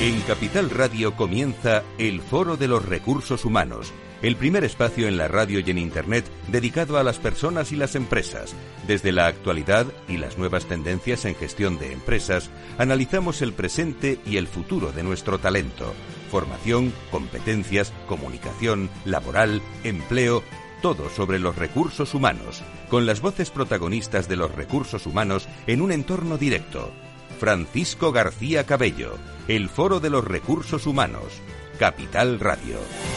En Capital Radio comienza el Foro de los Recursos Humanos, el primer espacio en la radio y en Internet dedicado a las personas y las empresas. Desde la actualidad y las nuevas tendencias en gestión de empresas, analizamos el presente y el futuro de nuestro talento. Formación, competencias, comunicación, laboral, empleo, todo sobre los recursos humanos, con las voces protagonistas de los recursos humanos en un entorno directo. Francisco García Cabello, el Foro de los Recursos Humanos, Capital Radio.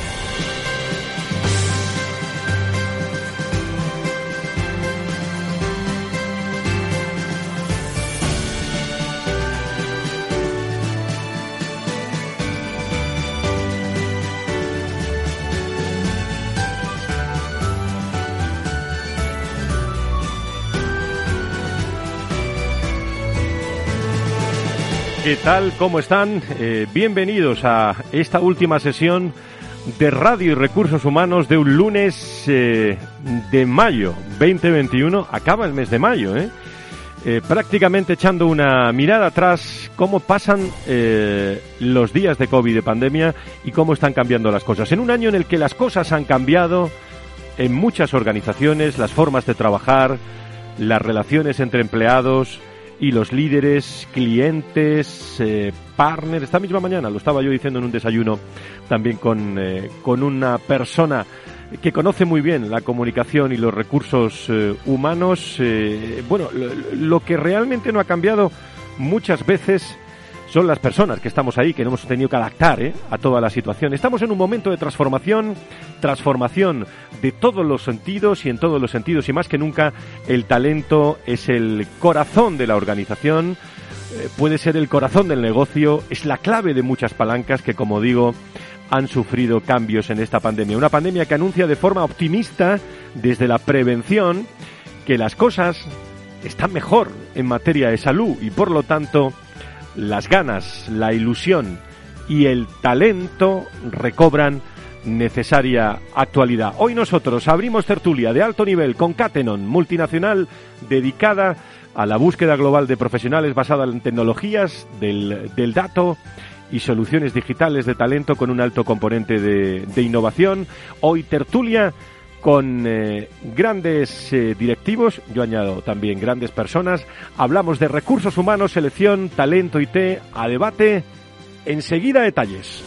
¿Qué tal? ¿Cómo están? Bienvenidos a esta última sesión de Radio y Recursos Humanos de un lunes de mayo 2021. Acaba el mes de mayo, prácticamente echando una mirada atrás, cómo pasan los días de COVID, de pandemia, y cómo están cambiando las cosas. En un año en el que las cosas han cambiado en muchas organizaciones, las formas de trabajar, las relaciones entre empleados y los líderes, clientes, partners. Esta misma mañana lo estaba yo diciendo en un desayuno también con una persona que conoce muy bien la comunicación y los recursos humanos. Lo que realmente no ha cambiado muchas veces son las personas que estamos ahí, que nos hemos tenido que adaptar a toda la situación. Estamos en un momento de transformación de todos los sentidos y en todos los sentidos, y más que nunca el talento es el corazón de la organización, puede ser el corazón del negocio, es la clave de muchas palancas que, como digo, han sufrido cambios en esta pandemia. Una pandemia que anuncia de forma optimista desde la prevención que las cosas están mejor en materia de salud y, por lo tanto, las ganas, la ilusión y el talento recobran necesaria actualidad. Hoy nosotros abrimos tertulia de alto nivel con Catenon, multinacional dedicada a la búsqueda global de profesionales basada en tecnologías del dato y soluciones digitales de talento con un alto componente de innovación. Hoy tertulia con grandes directivos, yo añado también grandes personas. Hablamos de recursos humanos, selección, talento IT, a debate. Enseguida detalles.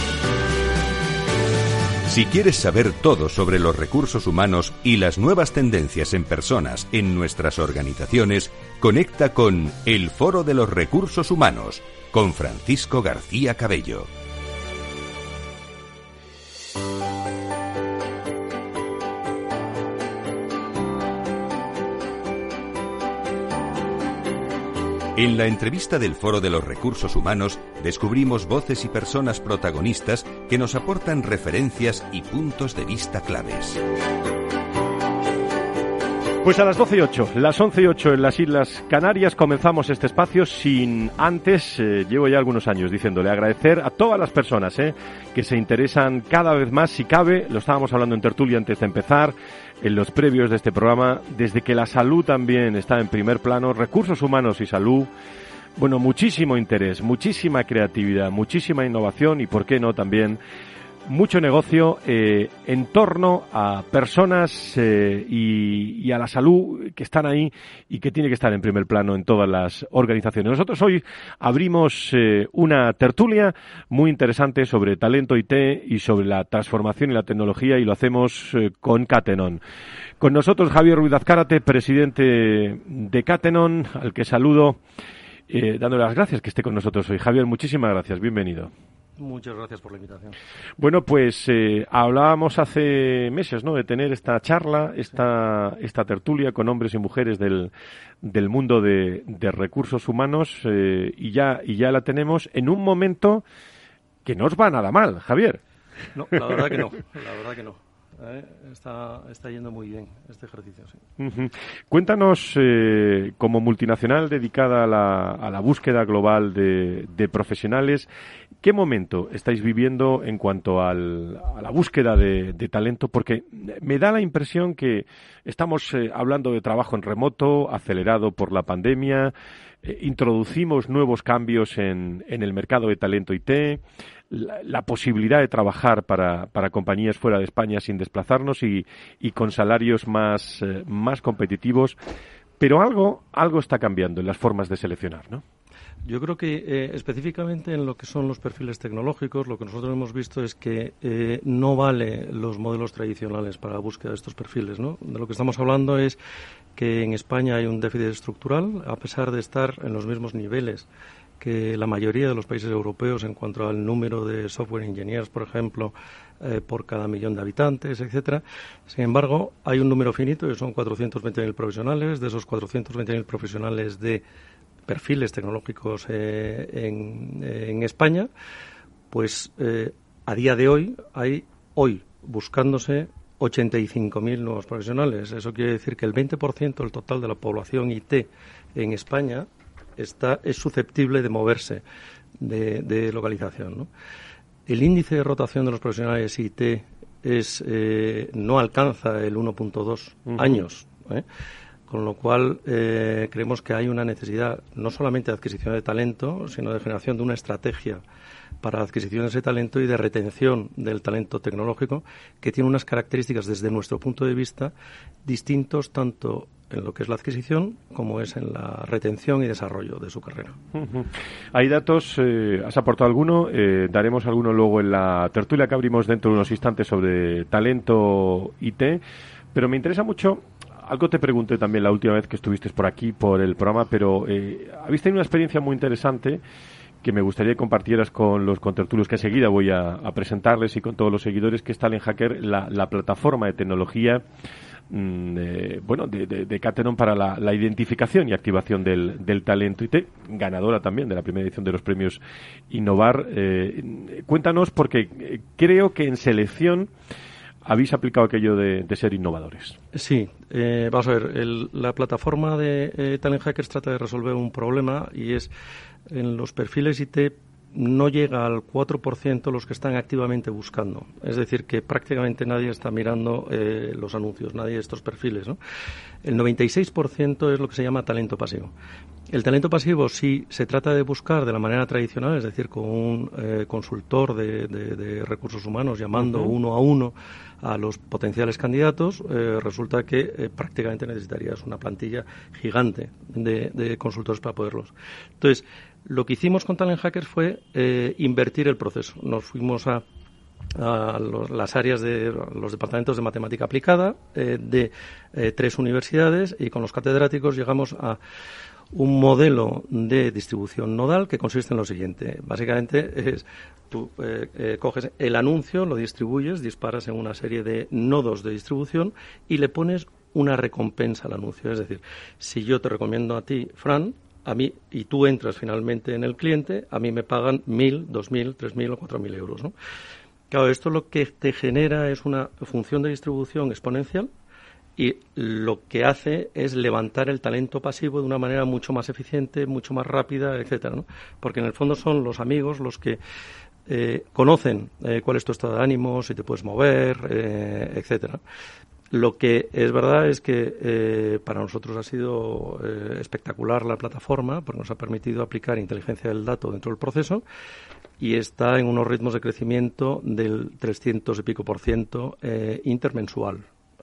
Si quieres saber todo sobre los recursos humanos y las nuevas tendencias en personas en nuestras organizaciones, conecta con el Foro de los Recursos Humanos con Francisco García Cabello. En la entrevista del Foro de los Recursos Humanos descubrimos voces y personas protagonistas que nos aportan referencias y puntos de vista claves. Pues a las 12:08, las 11:08 en las Islas Canarias comenzamos este espacio sin antes, llevo ya algunos años diciéndole, agradecer a todas las personas que se interesan cada vez más, si cabe, lo estábamos hablando en tertulia antes de empezar, en los previos de este programa, desde que la salud también está en primer plano, recursos humanos y salud, bueno, muchísimo interés, muchísima creatividad, muchísima innovación y, ¿por qué no, también mucho negocio en torno a personas y a la salud que están ahí y que tiene que estar en primer plano en todas las organizaciones. Nosotros hoy abrimos una tertulia muy interesante sobre talento IT y sobre la transformación y la tecnología, y lo hacemos con Catenon. Con nosotros Javier Ruiz Azcárate, presidente de Catenon, al que saludo dándole las gracias que esté con nosotros hoy. Javier, muchísimas gracias, bienvenido. Muchas gracias por la invitación. Bueno, pues hablábamos hace meses, ¿no?, de tener esta charla, esta tertulia con hombres y mujeres del mundo de recursos humanos y ya la tenemos en un momento que no os va nada mal, Javier. No, la verdad que no. Está yendo muy bien este ejercicio, sí. Uh-huh. Cuéntanos, como multinacional dedicada a la búsqueda global de profesionales, ¿Qué momento estáis viviendo en cuanto a la búsqueda de talento? Porque me da la impresión que estamos hablando de trabajo en remoto, acelerado por la pandemia, introducimos nuevos cambios en el mercado de talento IT, la posibilidad de trabajar para compañías fuera de España sin desplazarnos y con salarios más competitivos, pero algo está cambiando en las formas de seleccionar, ¿no? Yo creo que específicamente en lo que son los perfiles tecnológicos, lo que nosotros hemos visto es que no vale los modelos tradicionales para la búsqueda de estos perfiles, ¿no? De lo que estamos hablando es que en España hay un déficit estructural, a pesar de estar en los mismos niveles que la mayoría de los países europeos en cuanto al número de software engineers, por ejemplo, por cada millón de habitantes, etcétera. Sin embargo, hay un número finito, que son 420.000 profesionales. De esos 420.000 profesionales de perfiles tecnológicos en España, pues a día de hoy hay buscándose 85.000 nuevos profesionales. Eso quiere decir que el 20% del total de la población IT en España es susceptible de moverse de localización, ¿no? El índice de rotación de los profesionales IT no alcanza el 1.2 años, con lo cual creemos que hay una necesidad no solamente de adquisición de talento, sino de generación de una estrategia para adquisición de ese talento y de retención del talento tecnológico, que tiene unas características desde nuestro punto de vista distintos tanto en lo que es la adquisición como es en la retención y desarrollo de su carrera. Hay datos, ¿has aportado alguno? Daremos alguno luego en la tertulia que abrimos dentro de unos instantes sobre talento IT, pero me interesa mucho. Algo te pregunté también la última vez que estuviste por aquí, por el programa, pero habéis tenido una experiencia muy interesante que me gustaría que compartieras con los contertulios que enseguida voy a presentarles y con todos los seguidores, que es Talent Hacker, la plataforma de tecnología de Catenon para la identificación y activación del talento IT, ganadora también de la primera edición de los premios Innovar. Cuéntanos, porque creo que en selección habéis aplicado aquello de ser innovadores. Sí, vamos a ver, la plataforma de Talent Hackers trata de resolver un problema, y es en los perfiles IT no llega al 4% los que están activamente buscando. Es decir, que prácticamente nadie está mirando los anuncios, nadie de estos perfiles, ¿no? El 96% es lo que se llama talento pasivo. El talento pasivo, si se trata de buscar de la manera tradicional, es decir, con un consultor de recursos humanos llamando uno a uno a los potenciales candidatos, resulta que prácticamente necesitarías una plantilla gigante de consultores para poderlos. Entonces, lo que hicimos con Talent Hackers fue invertir el proceso. Nos fuimos a las áreas de los departamentos de matemática aplicada de 3 universidades, y con los catedráticos llegamos a un modelo de distribución nodal que consiste en lo siguiente. Básicamente tú coges el anuncio, lo distribuyes, disparas en una serie de nodos de distribución y le pones una recompensa al anuncio. Es decir, si yo te recomiendo a ti, Fran, a mí, y tú entras finalmente en el cliente, a mí me pagan 1.000, 2.000, 3.000 o 4.000 euros, ¿no? Claro, esto lo que te genera es una función de distribución exponencial, y lo que hace es levantar el talento pasivo de una manera mucho más eficiente, mucho más rápida, etcétera, ¿no? Porque en el fondo son los amigos los que conocen cuál es tu estado de ánimo, si te puedes mover, etcétera. Lo que es verdad es que para nosotros ha sido espectacular la plataforma, porque nos ha permitido aplicar inteligencia del dato dentro del proceso, y está en unos ritmos de crecimiento del 300 y pico % intermensual,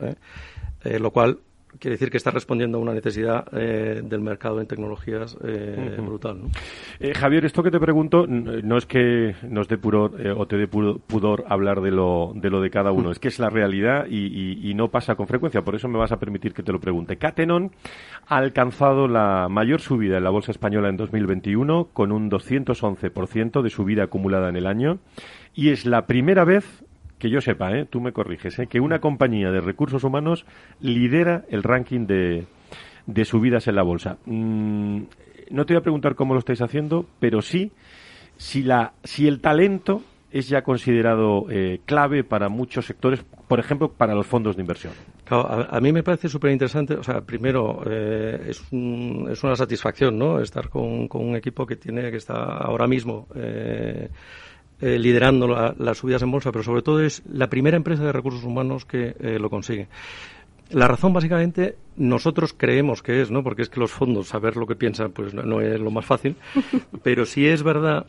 lo cual quiere decir que está respondiendo a una necesidad del mercado en tecnologías brutal, ¿no? Javier, esto que te pregunto no es que nos dé pudor o te dé pudor hablar de lo de cada uno, es que es la realidad y no pasa con frecuencia, por eso me vas a permitir que te lo pregunte. Catenon ha alcanzado la mayor subida en la bolsa española en 2021, con un 211% de subida acumulada en el año, y es la primera vez que yo sepa, tú me corriges, que una compañía de recursos humanos lidera el ranking de subidas en la bolsa. No te voy a preguntar cómo lo estáis haciendo, pero sí si el talento es ya considerado clave para muchos sectores, por ejemplo, para los fondos de inversión? Claro, a mí me parece súper interesante. O sea, primero, es una satisfacción, ¿no?, estar con un equipo que está ahora mismo liderando las subidas en bolsa, pero sobre todo es la primera empresa de recursos humanos que lo consigue. La razón, básicamente, nosotros creemos que es, ¿no?, porque es que los fondos, saber lo que piensan, pues no es lo más fácil, pero sí es verdad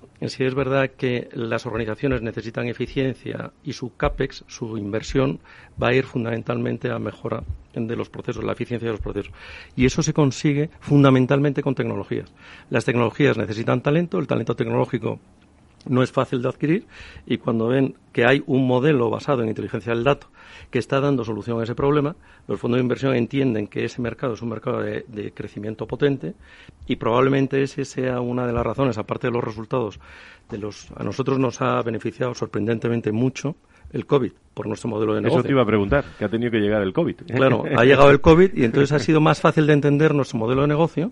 que las organizaciones necesitan eficiencia y su CAPEX, su inversión, va a ir fundamentalmente a mejora de los procesos, la eficiencia de los procesos. Y eso se consigue fundamentalmente con tecnologías. Las tecnologías necesitan talento, el talento tecnológico no es fácil de adquirir, y cuando ven que hay un modelo basado en inteligencia del dato que está dando solución a ese problema, los fondos de inversión entienden que ese mercado es un mercado de crecimiento potente, y probablemente ese sea una de las razones, aparte de los resultados a nosotros nos ha beneficiado sorprendentemente mucho el COVID por nuestro modelo de negocio. Eso te iba a preguntar, que ha tenido que llegar el COVID. Claro, ha llegado el COVID y entonces ha sido más fácil de entender nuestro modelo de negocio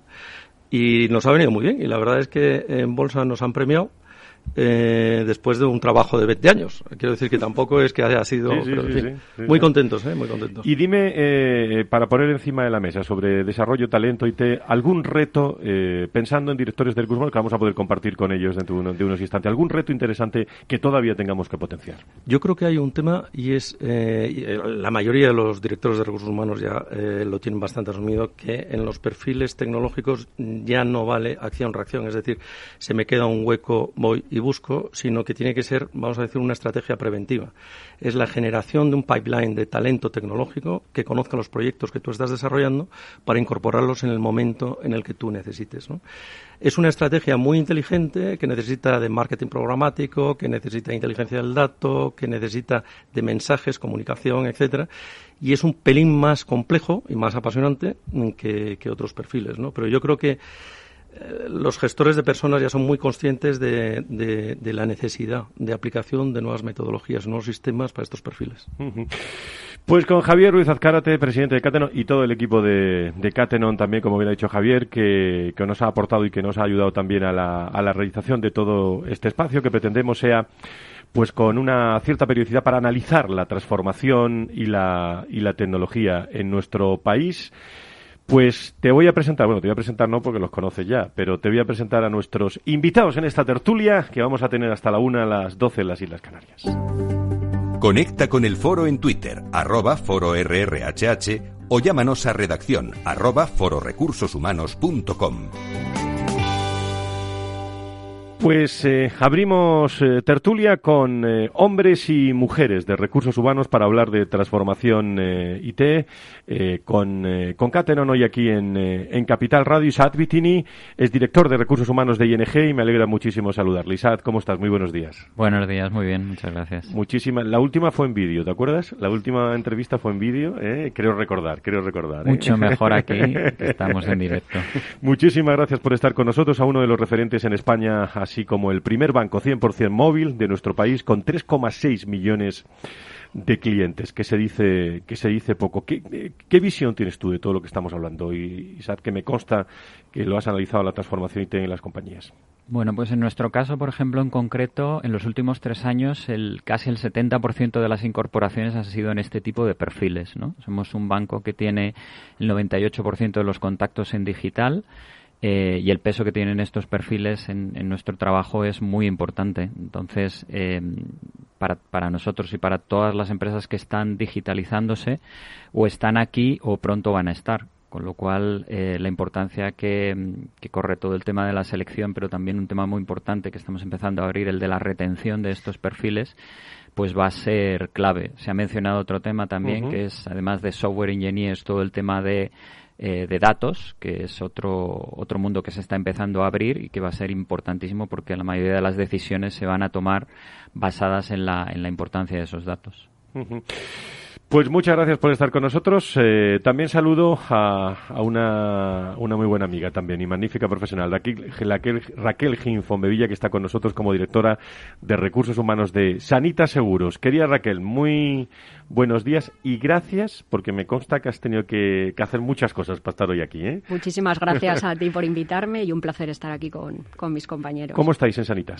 y nos ha venido muy bien, y la verdad es que en bolsa nos han premiado después de un trabajo de 20 años. Quiero decir que tampoco es que haya sido... Muy contentos, muy contentos. Y dime, para poner encima de la mesa sobre desarrollo, talento, IT, algún reto, pensando en directores de recursos humanos, que vamos a poder compartir con ellos dentro de unos instantes, algún reto interesante que todavía tengamos que potenciar. Yo creo que hay un tema, y es, la mayoría de los directores de recursos humanos ya lo tienen bastante asumido, que en los perfiles tecnológicos ya no vale acción-reacción, es decir, se me queda un hueco, voy y busco, sino que tiene que ser, vamos a decir, una estrategia preventiva. Es la generación de un pipeline de talento tecnológico que conozca los proyectos que tú estás desarrollando para incorporarlos en el momento en el que tú necesites, ¿no? Es una estrategia muy inteligente que necesita de marketing programático, que necesita de inteligencia del dato, que necesita de mensajes, comunicación, etcétera, y es un pelín más complejo y más apasionante que otros perfiles, ¿no? Pero yo creo que los gestores de personas ya son muy conscientes de la necesidad de aplicación de nuevas metodologías, nuevos sistemas para estos perfiles. Pues con Javier Ruiz Azcárate, presidente de Catenon, y todo el equipo de Catenon también, como bien ha dicho Javier, que nos ha aportado y que nos ha ayudado también a la realización de todo este espacio, que pretendemos sea pues con una cierta periodicidad para analizar la transformación y la tecnología en nuestro país. Pues te voy a presentar no porque los conoces ya, pero te voy a presentar a nuestros invitados en esta tertulia que vamos a tener hasta la 1 a las 12 en las Islas Canarias. Conecta con el foro en Twitter, @fororrhh, o llámanos a redacción @fororecursoshumanos.com. Pues abrimos tertulia con hombres y mujeres de recursos humanos para hablar de transformación IT con Catenon hoy aquí en Capital Radio. Isaac Vitini es director de recursos humanos de ING y me alegra muchísimo saludarle. Isaac, ¿cómo estás? Muy buenos días. Buenos días, muy bien, muchas gracias. La última fue en vídeo, ¿te acuerdas? La última entrevista fue en vídeo, creo recordar. Mucho mejor aquí, que estamos en directo. Muchísimas gracias por estar con nosotros, a uno de los referentes en España, así como el primer banco 100% móvil de nuestro país, con 3,6 millones de clientes, que se dice poco. ¿Qué visión tienes tú de todo lo que estamos hablando? Y Isaac, que me consta que lo has analizado, la transformación IT en las compañías. Bueno, pues en nuestro caso, por ejemplo, en concreto, en los últimos 3 años, casi el 70% de las incorporaciones han sido en este tipo de perfiles, ¿no? Somos un banco que tiene el 98% de los contactos en digital, y el peso que tienen estos perfiles en nuestro trabajo es muy importante. Entonces, para nosotros y para todas las empresas que están digitalizándose, o están aquí o pronto van a estar. Con lo cual, la importancia que corre todo el tema de la selección, pero también un tema muy importante que estamos empezando a abrir, el de la retención de estos perfiles, pues va a ser clave. Se ha mencionado otro tema también, que es, además de software engineers, todo el tema de datos, que es otro mundo que se está empezando a abrir y que va a ser importantísimo porque la mayoría de las decisiones se van a tomar basadas en la importancia de esos datos. Pues muchas gracias por estar con nosotros. También saludo a una muy buena amiga también y magnífica profesional, Raquel Gin Fonbevilla, que está con nosotros como directora de Recursos Humanos de Sanita Seguros. Querida Raquel, muy buenos días y gracias, porque me consta que has tenido que hacer muchas cosas para estar hoy aquí, ¿eh? Muchísimas gracias a ti por invitarme y un placer estar aquí con mis compañeros. ¿Cómo estáis en Sanitas?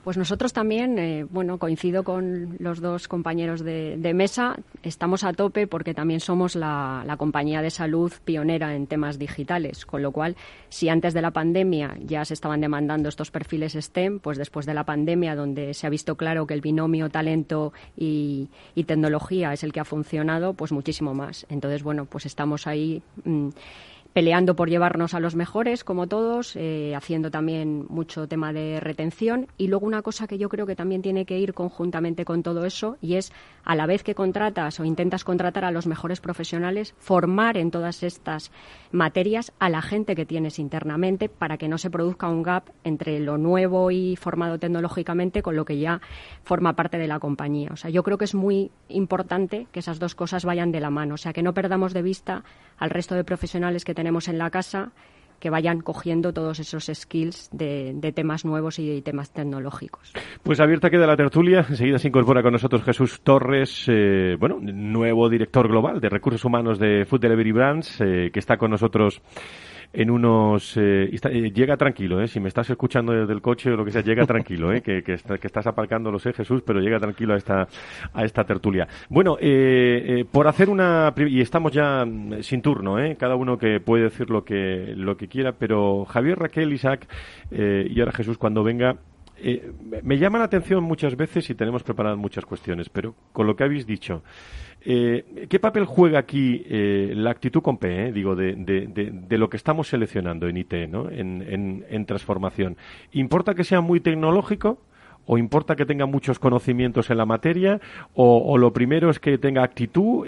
Pues nosotros también, coincido con los dos compañeros de mesa, estamos a tope porque también somos la compañía de salud pionera en temas digitales, con lo cual, si antes de la pandemia ya se estaban demandando estos perfiles STEM, pues después de la pandemia, donde se ha visto claro que el binomio talento y tecnología es el que ha funcionado, pues muchísimo más. Entonces, pues estamos ahí peleando por llevarnos a los mejores, como todos, haciendo también mucho tema de retención. Y luego una cosa que yo creo que también tiene que ir conjuntamente con todo eso, y es, a la vez que contratas o intentas contratar a los mejores profesionales, formar en todas estas materias a la gente que tienes internamente para que no se produzca un gap entre lo nuevo y formado tecnológicamente con lo que ya forma parte de la compañía. O sea, yo creo que es muy importante que esas dos cosas vayan de la mano, o sea, que no perdamos de vista al resto de profesionales que tenemos en la casa, que vayan cogiendo todos esos skills de temas nuevos y de temas tecnológicos. Pues abierta queda la tertulia. Enseguida se incorpora con nosotros Jesús Torres, nuevo director global de Recursos Humanos de Food Delivery Brands, que está con nosotros en unos... llega tranquilo, si me estás escuchando desde el coche o lo que sea, llega tranquilo, que estás aparcando, lo sé, Jesús, pero llega tranquilo a esta tertulia. Bueno, por hacer una... Y estamos ya sin turno, cada uno que puede decir lo que quiera, pero Javier, Raquel, Isaac y ahora Jesús, cuando venga... me llama la atención muchas veces y tenemos preparadas muchas cuestiones, pero con lo que habéis dicho, ¿qué papel juega aquí la actitud con P, de lo que estamos seleccionando en IT, ¿no? en transformación? ¿Importa que sea muy tecnológico o importa que tenga muchos conocimientos en la materia o lo primero es que tenga actitud?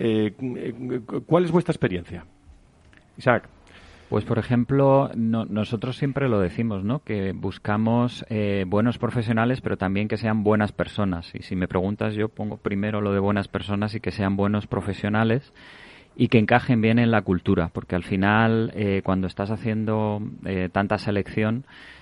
¿Cuál es vuestra experiencia? Isaac. Pues, por ejemplo, nosotros siempre lo decimos, ¿no? Que buscamos buenos profesionales, pero también que sean buenas personas. Y si me preguntas, yo pongo primero lo de buenas personas y que sean buenos profesionales y que encajen bien en la cultura, porque al final, cuando estás haciendo tanta selección,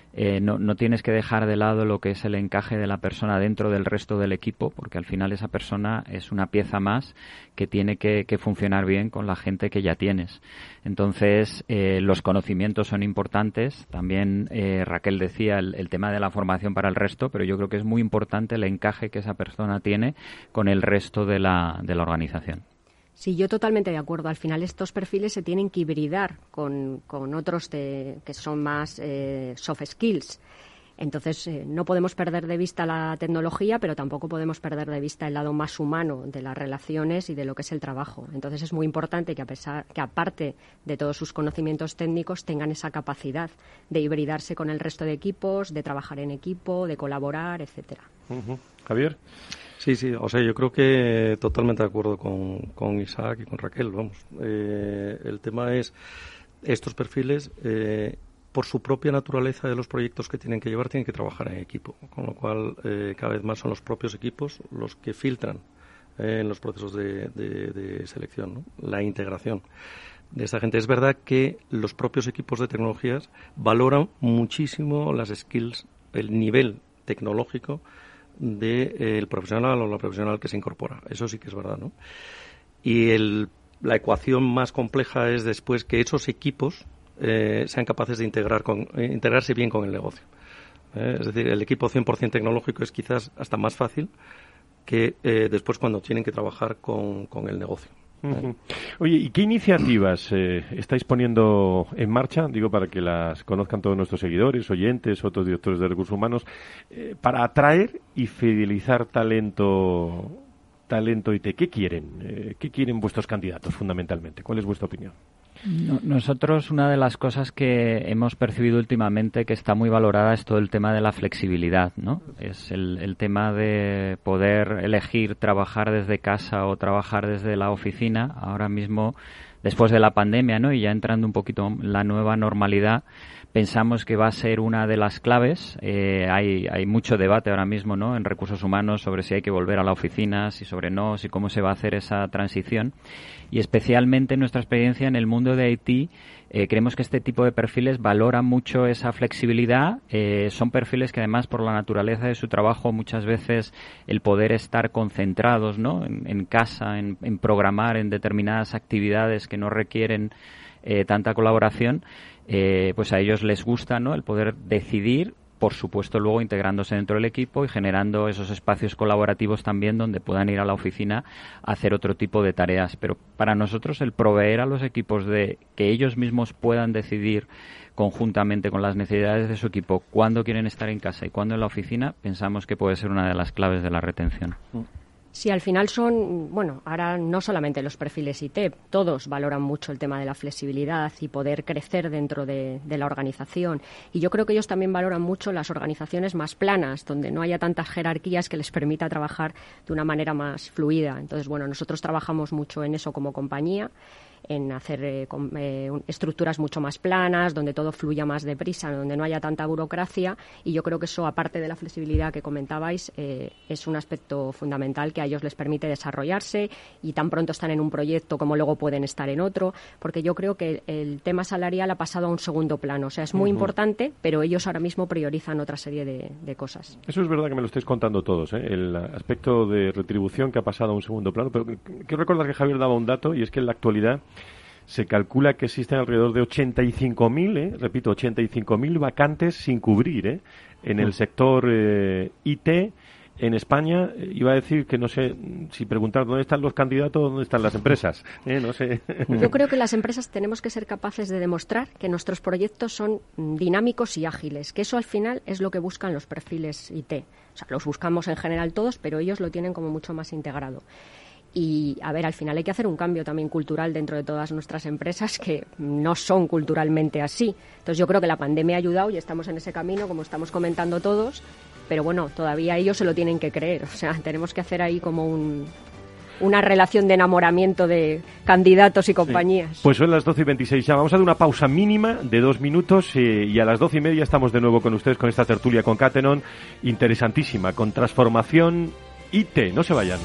no tienes que dejar de lado lo que es el encaje de la persona dentro del resto del equipo, porque al final esa persona es una pieza más que tiene que funcionar bien con la gente que ya tienes. Entonces, los conocimientos son importantes. También Raquel decía el tema de la formación para el resto, pero yo creo que es muy importante el encaje que esa persona tiene con el resto de la organización. Sí, yo totalmente de acuerdo. Al final estos perfiles se tienen que hibridar con otros que son más soft skills. Entonces, no podemos perder de vista la tecnología, pero tampoco podemos perder de vista el lado más humano de las relaciones y de lo que es el trabajo. Entonces, es muy importante que aparte de todos sus conocimientos técnicos, tengan esa capacidad de hibridarse con el resto de equipos, de trabajar en equipo, de colaborar, etcétera. Uh-huh. Javier. Sí, o sea, yo creo que totalmente de acuerdo con Isaac y con Raquel, vamos. El tema es, estos perfiles, por su propia naturaleza de los proyectos que tienen que llevar, tienen que trabajar en equipo, con lo cual cada vez más son los propios equipos los que filtran en los procesos de selección, ¿no? La integración de esta gente. Es verdad que los propios equipos de tecnologías valoran muchísimo las skills, el nivel tecnológico del profesional o la profesional que se incorpora. Eso sí que es verdad, ¿no? Y la ecuación más compleja es después que esos equipos sean capaces de integrarse bien con el negocio. Es decir, el equipo 100% tecnológico es quizás hasta más fácil que después cuando tienen que trabajar con el negocio. Uh-huh. Oye, ¿y qué iniciativas estáis poniendo en marcha, para que las conozcan todos nuestros seguidores, oyentes, otros directores de recursos humanos, para atraer y fidelizar talento IT? ¿Qué quieren? ¿Qué quieren vuestros candidatos fundamentalmente? ¿Cuál es vuestra opinión? Nosotros, una de las cosas que hemos percibido últimamente que está muy valorada es todo el tema de la flexibilidad, ¿no? Es el tema de poder elegir trabajar desde casa o trabajar desde la oficina. Ahora mismo, después de la pandemia, ¿no? Y ya entrando un poquito en la nueva normalidad, pensamos que va a ser una de las claves. Hay mucho debate ahora mismo, ¿no? En recursos humanos sobre si hay que volver a la oficina, si cómo se va a hacer esa transición. Y especialmente en nuestra experiencia en el mundo de IT, creemos que este tipo de perfiles valoran mucho esa flexibilidad. Son perfiles que además, por la naturaleza de su trabajo, muchas veces el poder estar concentrados, ¿no? En casa, en programar en determinadas actividades que no requieren tanta colaboración, pues a ellos les gusta, ¿no? El poder decidir por supuesto luego integrándose dentro del equipo y generando esos espacios colaborativos también donde puedan ir a la oficina a hacer otro tipo de tareas. Pero para nosotros el proveer a los equipos de que ellos mismos puedan decidir conjuntamente con las necesidades de su equipo cuándo quieren estar en casa y cuándo en la oficina, pensamos que puede ser una de las claves de la retención. Sí, al final son, bueno, ahora no solamente los perfiles IT, todos valoran mucho el tema de la flexibilidad y poder crecer dentro de la organización. Y yo creo que ellos también valoran mucho las organizaciones más planas, donde no haya tantas jerarquías que les permita trabajar de una manera más fluida. Entonces, bueno, nosotros trabajamos mucho en eso como compañía, en hacer estructuras mucho más planas, donde todo fluya más deprisa, donde no haya tanta burocracia, y yo creo que eso, aparte de la flexibilidad que comentabais, es un aspecto fundamental que a ellos les permite desarrollarse y tan pronto están en un proyecto como luego pueden estar en otro, porque yo creo que el tema salarial ha pasado a un segundo plano, o sea, es muy importante, pero ellos ahora mismo priorizan otra serie de cosas. Eso es verdad que me lo estáis contando todos, el aspecto de retribución que ha pasado a un segundo plano, pero quiero recordar que Javier daba un dato, y es que en la actualidad se calcula que existen alrededor de 85.000, repito, 85.000 vacantes sin cubrir en el sector IT en España. Iba a decir que no sé si preguntar dónde están los candidatos o dónde están las empresas. No sé. Yo creo que las empresas tenemos que ser capaces de demostrar que nuestros proyectos son dinámicos y ágiles, que eso al final es lo que buscan los perfiles IT. O sea, los buscamos en general todos, pero ellos lo tienen como mucho más integrado. Y, a ver, al final hay que hacer un cambio también cultural dentro de todas nuestras empresas que no son culturalmente así. Entonces yo creo que la pandemia ha ayudado y estamos en ese camino, como estamos comentando todos, pero bueno, todavía ellos se lo tienen que creer. O sea, tenemos que hacer ahí como una relación de enamoramiento de candidatos y compañías. Sí. Pues son las 12:26 ya. Vamos a dar una pausa mínima de 2 minutos y a las 12:30 estamos de nuevo con ustedes con esta tertulia con Catenon, interesantísima, con transformación IT. No se vayan.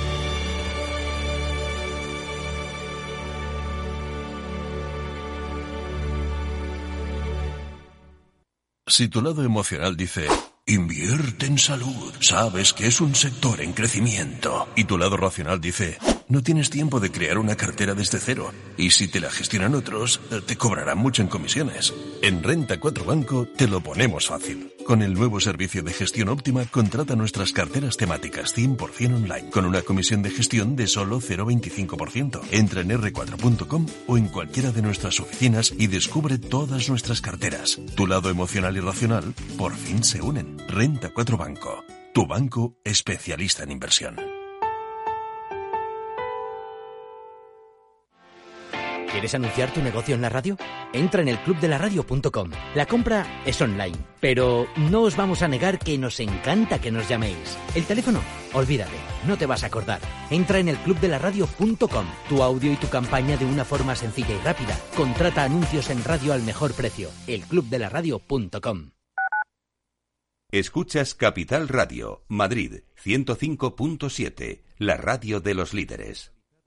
Si tu lado emocional dice, invierte en salud, sabes que es un sector en crecimiento, y tu lado racional dice, no tienes tiempo de crear una cartera desde cero, y si te la gestionan otros, te cobrarán mucho en comisiones. En Renta 4 Banco te lo ponemos fácil. Con el nuevo servicio de gestión óptima, contrata nuestras carteras temáticas 100% online, con una comisión de gestión de solo 0,25%. Entra en r4.com o en cualquiera de nuestras oficinas y descubre todas nuestras carteras. Tu lado emocional y racional por fin se unen. Renta 4 Banco, tu banco especialista en inversión. ¿Quieres anunciar tu negocio en la radio? Entra en elclubdelaradio.com. La compra es online, pero no os vamos a negar que nos encanta que nos llaméis. El teléfono, olvídate, no te vas a acordar. Entra en elclubdelaradio.com. Tu audio y tu campaña de una forma sencilla y rápida. Contrata anuncios en radio al mejor precio. elclubdelaradio.com. Escuchas Capital Radio, Madrid, 105.7, la radio de los líderes.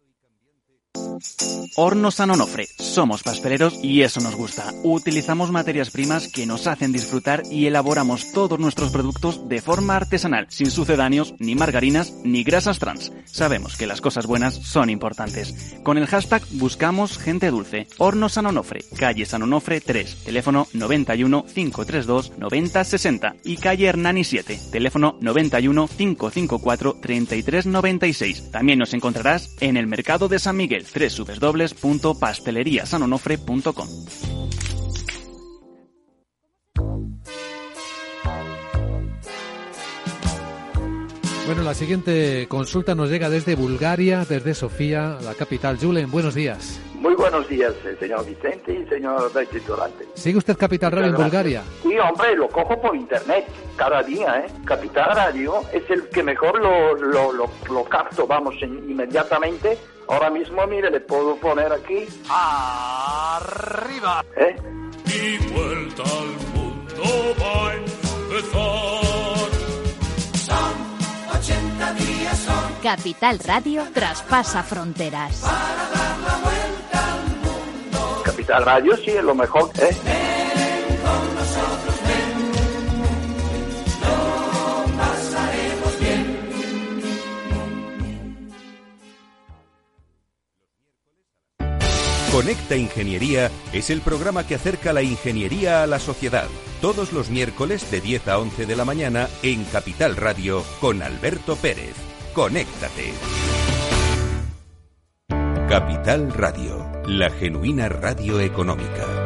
Hornos San Onofre. Somos pasteleros y eso nos gusta. Utilizamos materias primas que nos hacen disfrutar y elaboramos todos nuestros productos de forma artesanal, sin sucedáneos, ni margarinas, ni grasas trans. Sabemos que las cosas buenas son importantes. Con el hashtag buscamos gente dulce. Hornos San Onofre, calle San Onofre 3, teléfono 91 532 9060 y calle Hernani 7, teléfono 91 554 3396. También nos encontrarás en el mercado de San Miguel, www.pasteleriasanonofre.com. Bueno, la siguiente consulta nos llega desde Bulgaria, desde Sofía, la capital. Julen, buenos días. Muy buenos días, señor Vicente y señor Durante. ¿Sigue usted Capital Radio en Bulgaria? Sí, hombre, lo cojo por internet cada día, ¿eh? Capital Radio es el que mejor lo capto, vamos, inmediatamente. Ahora mismo, mire, le puedo poner aquí. ¡Arriba! Y vuelta al mundo va a empezar. Son 80 días, son. Capital Radio traspasa fronteras. Para dar la vuelta al mundo. Capital Radio sí es lo mejor, ¿eh? Ven con nosotros, ven. Lo pasaremos bien. Conecta Ingeniería es el programa que acerca la ingeniería a la sociedad. Todos los miércoles de 10 a 11 de la mañana en Capital Radio con Alberto Pérez. Conéctate. Capital Radio, la genuina radio económica.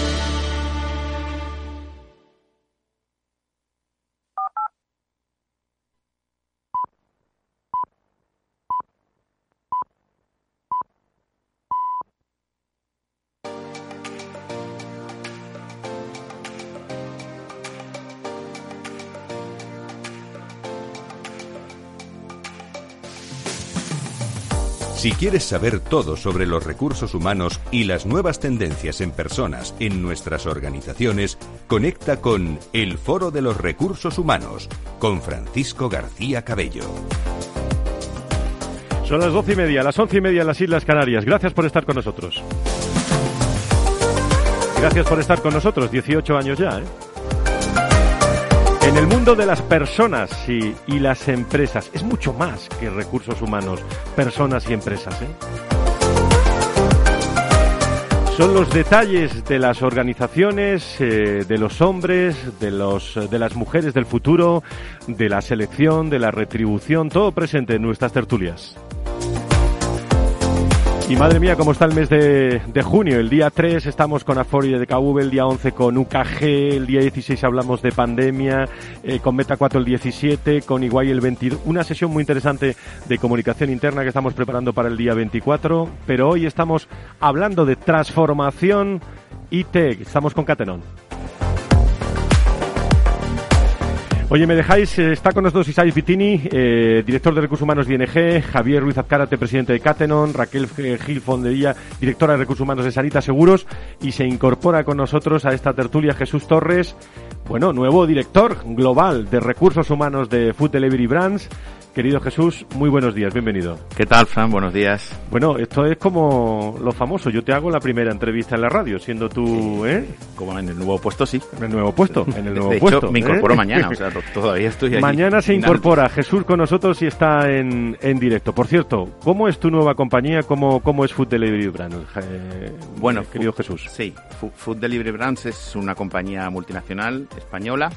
Si quieres saber todo sobre los recursos humanos y las nuevas tendencias en personas en nuestras organizaciones, conecta con El Foro de los Recursos Humanos, con Francisco García Cabello. Son las 12:30, las 11:30 en las Islas Canarias. Gracias por estar con nosotros. Gracias por estar con nosotros, 18 años ya, ¿eh? En el mundo de las personas y las empresas, es mucho más que recursos humanos, personas y empresas, ¿eh? Son los detalles de las organizaciones, de los hombres, de las mujeres del futuro, de la selección, de la retribución, todo presente en nuestras tertulias. Y madre mía, cómo está el mes de junio. El día 3 estamos con Afori de DKV, el día 11 con UKG, el día 16 hablamos de pandemia, con Meta 4 el 17, con Iguay el 22. Una sesión muy interesante de comunicación interna que estamos preparando para el día 24. Pero hoy estamos hablando de transformación IT. Estamos con Catenon. Oye, me dejáis, está con nosotros Isai Vitini, director de Recursos Humanos de ING, Javier Ruiz Azcárate, presidente de Catenon, Raquel Gil Fondería, directora de Recursos Humanos de Sanita Seguros, y se incorpora con nosotros a esta tertulia Jesús Torres, bueno, nuevo director global de Recursos Humanos de Food Delivery Brands. Querido Jesús, muy buenos días, bienvenido. ¿Qué tal, Fran? Buenos días. Bueno, esto es como lo famoso, yo te hago la primera entrevista en la radio, siendo tú, Como en el nuevo puesto, sí. En el nuevo puesto, en el nuevo de puesto. Hecho, me incorporo mañana, o sea, todavía estoy aquí. Mañana se incorpora Jesús con nosotros y está en directo. Por cierto, ¿cómo es tu nueva compañía? ¿Cómo es Food Delivery Brands? Bueno, querido Jesús. Sí, Food Delivery Brands es una compañía multinacional española,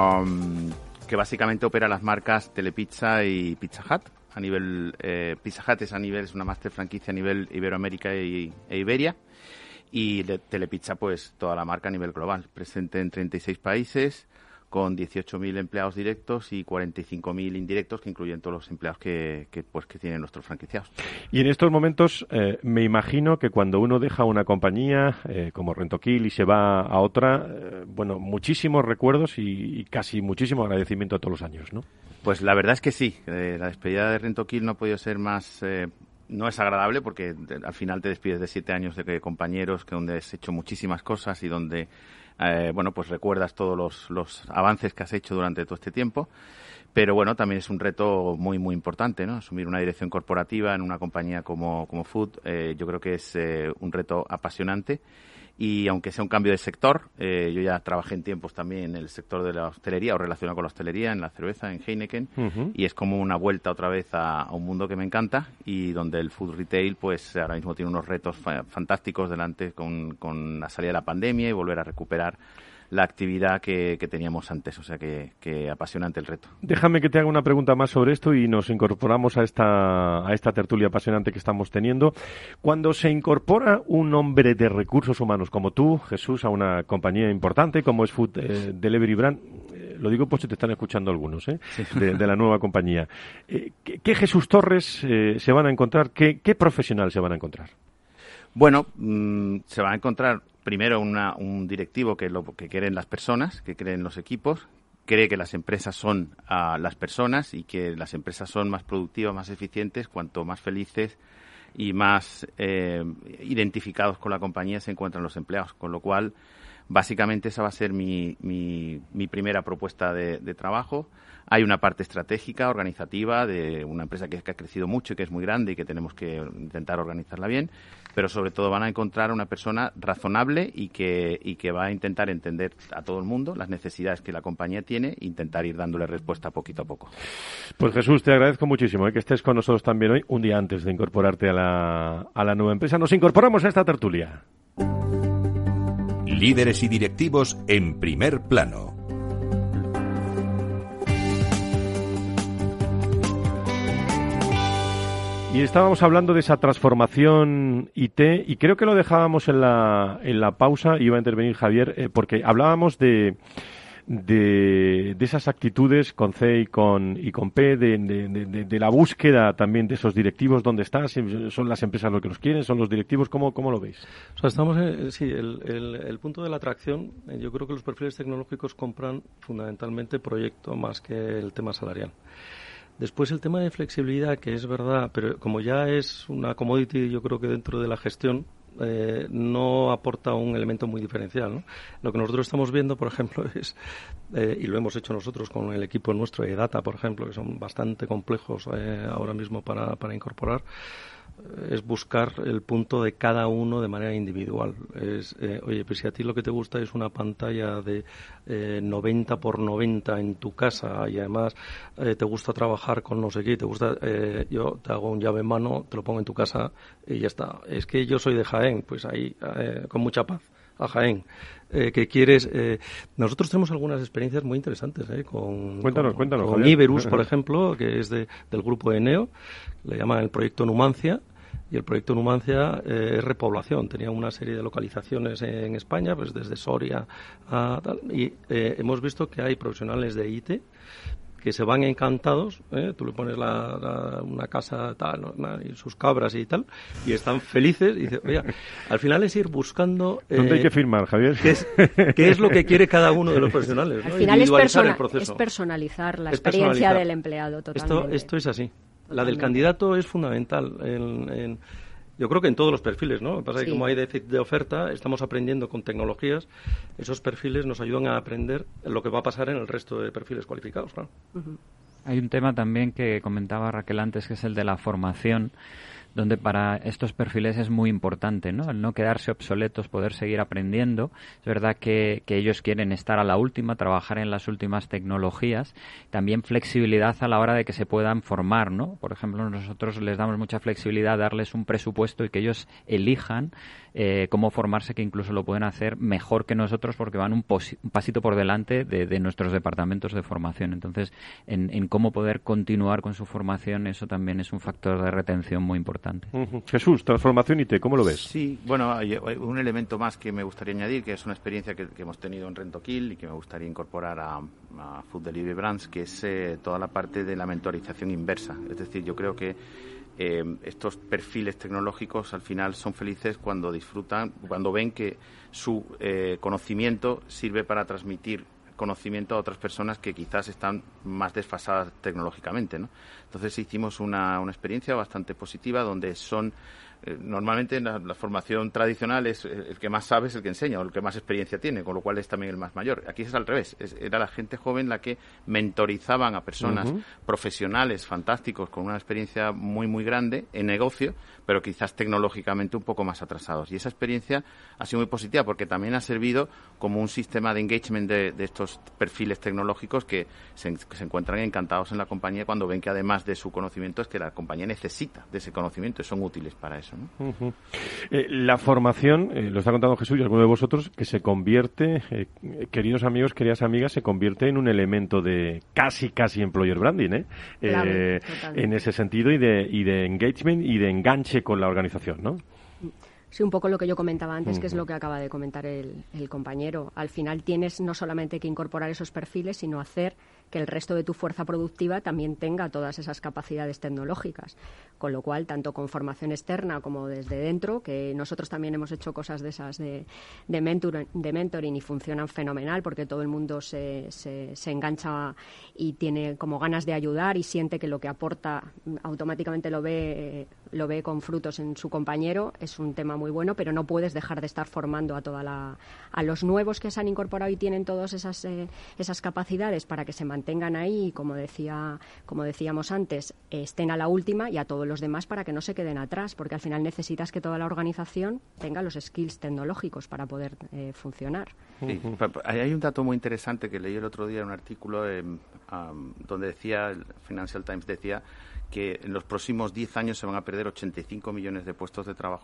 que básicamente opera las marcas Telepizza y Pizza Hut. A nivel Pizza Hut es una máster franquicia a nivel Iberoamérica e Iberia, y Telepizza pues toda la marca a nivel global, presente en 36 países, con 18.000 empleados directos y 45.000 indirectos, que incluyen todos los empleados que tienen nuestros franquiciados. Y en estos momentos me imagino que cuando uno deja una compañía como Rentokil y se va a otra, bueno, muchísimos recuerdos y casi muchísimo agradecimiento a todos los años, ¿no? Pues la verdad es que sí. La despedida de Rentokil no ha podido ser más... no es agradable porque al final te despides de 7 años de compañeros donde has hecho muchísimas cosas y donde... pues recuerdas todos los avances que has hecho durante todo este tiempo, pero bueno, también es un reto muy muy importante, ¿no? Asumir una dirección corporativa en una compañía como Food, yo creo que es un reto apasionante, y aunque sea un cambio de sector, yo ya trabajé en tiempos también en el sector de la hostelería o relacionado con la hostelería, en la cerveza, en Heineken, y es como una vuelta otra vez a un mundo que me encanta y donde el food retail pues ahora mismo tiene unos retos fantásticos delante con la salida de la pandemia y volver a recuperar la actividad que teníamos antes, o sea que apasionante el reto. Déjame que te haga una pregunta más sobre esto y nos incorporamos a esta tertulia apasionante que estamos teniendo. Cuando se incorpora un hombre de recursos humanos como tú, Jesús, a una compañía importante como es Food Delivery Brand, lo digo pues si te están escuchando algunos, sí. de la nueva compañía. ¿Qué Jesús Torres se van a encontrar? ¿Qué profesional se van a encontrar? Bueno, se van a encontrar primero un directivo que lo que quieren las personas, que creen los equipos, cree que las empresas son las personas y que las empresas son más productivas, más eficientes, cuanto más felices y más identificados con la compañía se encuentran los empleados, con lo cual Básicamente esa va a ser mi primera propuesta de trabajo. Hay una parte estratégica, organizativa, de una empresa que ha crecido mucho y que es muy grande y que tenemos que intentar organizarla bien, pero sobre todo van a encontrar una persona razonable y que va a intentar entender a todo el mundo las necesidades que la compañía tiene e intentar ir dándole respuesta poquito a poco. Pues Jesús, te agradezco muchísimo que estés con nosotros también hoy, un día antes de incorporarte a la nueva empresa. Nos incorporamos a esta tertulia. Líderes y directivos en primer plano. Y estábamos hablando de esa transformación IT y creo que lo dejábamos en la pausa, y iba a intervenir Javier, porque hablábamos de esas actitudes con C y con P, de la búsqueda también de esos directivos. ¿Dónde están? ¿Son las empresas lo que los quieren? ¿Son los directivos? ¿Cómo lo veis? O sea, estamos el punto de la atracción. Yo creo que los perfiles tecnológicos compran fundamentalmente proyecto más que el tema salarial. Después el tema de flexibilidad, que es verdad, pero como ya es una commodity, yo creo que dentro de la gestión no aporta un elemento muy diferencial, ¿no? Lo que nosotros estamos viendo, por ejemplo, es, y lo hemos hecho nosotros con el equipo nuestro de data, por ejemplo, que son bastante complejos ahora mismo para incorporar, es buscar el punto de cada uno de manera individual. Oye, pues si a ti lo que te gusta es una pantalla de 90 por 90 en tu casa y además te gusta trabajar con no sé qué, yo te hago un llave en mano, te lo pongo en tu casa y ya está. Es que yo soy de Jaén, pues ahí con mucha paz a Jaén. Que quieres... nosotros tenemos algunas experiencias muy interesantes Cuéntanos, con Iberus, por ejemplo, que es del grupo Eneo, le llaman el proyecto Numancia, y el proyecto Numancia es repoblación. Tenía una serie de localizaciones en España, pues desde Soria a tal, y hemos visto que hay profesionales de IT que se van encantados, tú le pones una casa tal, y sus cabras y tal, y están felices, y dices, oye, al final es ir buscando... ¿Dónde hay que firmar, Javier? ¿Qué es lo que quiere cada uno de los profesionales? Al ¿no? final el proceso. Es personalizar la experiencia del empleado totalmente. Esto es así. La del candidato es fundamental. Yo creo que en todos los perfiles, ¿no? Lo que pasa es que como hay déficit de oferta, estamos aprendiendo con tecnologías. Esos perfiles nos ayudan a aprender lo que va a pasar en el resto de perfiles cualificados, claro. Uh-huh. Hay un tema también que comentaba Raquel antes, que es el de la formación, donde para estos perfiles es muy importante, ¿no? El no quedarse obsoletos, poder seguir aprendiendo. Es verdad que ellos quieren estar a la última, trabajar en las últimas tecnologías. También flexibilidad a la hora de que se puedan formar, ¿no? Por ejemplo, nosotros les damos mucha flexibilidad, darles un presupuesto y que ellos elijan cómo formarse, que incluso lo pueden hacer mejor que nosotros porque van un pasito por delante de nuestros departamentos de formación. Entonces, en cómo poder continuar con su formación, eso también es un factor de retención muy importante. Uh-huh. Jesús, transformación IT, ¿cómo lo ves? Sí, bueno, hay un elemento más que me gustaría añadir, que es una experiencia que hemos tenido en Rentokil y que me gustaría incorporar a Food Delivery Brands, que es toda la parte de la mentorización inversa. Es decir, yo creo que estos perfiles tecnológicos al final son felices cuando disfrutan, cuando ven que su conocimiento sirve para transmitir conocimiento a otras personas que quizás están más desfasadas tecnológicamente, ¿no? Entonces hicimos una experiencia bastante positiva donde son normalmente la formación tradicional es el que más sabe es el que enseña o el que más experiencia tiene, con lo cual es también el más mayor. Aquí es al revés, era la gente joven la que mentorizaban a personas profesionales fantásticos con una experiencia muy muy grande en negocio, pero quizás tecnológicamente un poco más atrasados. Y esa experiencia ha sido muy positiva porque también ha servido como un sistema de engagement de estos perfiles tecnológicos que se encuentran encantados en la compañía cuando ven que además de su conocimiento es que la compañía necesita de ese conocimiento y son útiles para eso, ¿no? Uh-huh. La formación, lo está contando Jesús y alguno de vosotros, que se convierte, queridos amigos, queridas amigas, se convierte en un elemento de casi employer branding, Claro, en ese sentido y de engagement y de enganche con la organización, ¿no? Sí, un poco lo que yo comentaba antes, que es lo que acaba de comentar el compañero. Al final tienes no solamente que incorporar esos perfiles, sino hacer que el resto de tu fuerza productiva también tenga todas esas capacidades tecnológicas. Con lo cual, tanto con formación externa como desde dentro, que nosotros también hemos hecho cosas de esas de mentoring y funcionan fenomenal porque todo el mundo se engancha y tiene como ganas de ayudar y siente que lo que aporta automáticamente lo ve con frutos en su compañero. Es un tema muy bueno, pero no puedes dejar de estar formando a los nuevos que se han incorporado y tienen todas esas capacidades para que se mantengan ahí y, como decíamos antes, estén a la última, y a todos los demás para que no se queden atrás, porque al final necesitas que toda la organización tenga los skills tecnológicos para poder funcionar. Sí. Hay un dato muy interesante que leí el otro día en un artículo donde decía, el Financial Times decía, que en los próximos 10 años se van a perder 85 millones de puestos de trabajo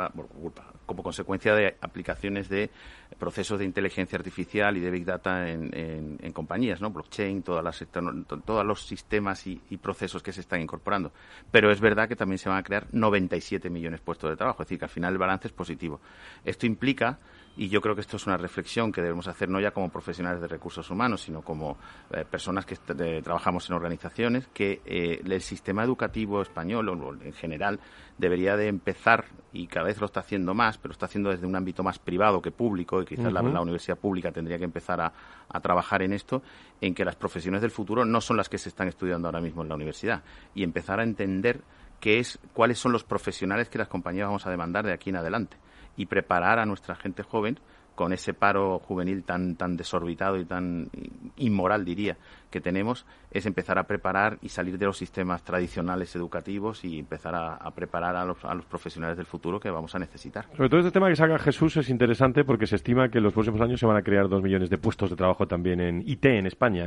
como consecuencia de aplicaciones de procesos de inteligencia artificial y de Big Data en compañías, ¿no? Blockchain, todos los sistemas y procesos que se están incorporando. Pero es verdad que también se van a crear 97 millones de puestos de trabajo, es decir, que al final el balance es positivo. Esto implica, y yo creo que esto es una reflexión que debemos hacer no ya como profesionales de recursos humanos, sino como personas que trabajamos en organizaciones, que el sistema educativo español o en general debería de empezar, y cada vez lo está haciendo más, pero está haciendo desde un ámbito más privado que público, y quizás la universidad pública tendría que empezar a trabajar en esto, en que las profesiones del futuro no son las que se están estudiando ahora mismo en la universidad, y empezar a entender cuáles son los profesionales que las compañías vamos a demandar de aquí en adelante, y preparar a nuestra gente joven con ese paro juvenil tan desorbitado y tan inmoral, diría, que tenemos, es empezar a preparar y salir de los sistemas tradicionales educativos y empezar a preparar a los profesionales del futuro que vamos a necesitar. Sobre todo este tema que saca Jesús es interesante porque se estima que en los próximos años se van a crear 2 millones de puestos de trabajo también en IT en España,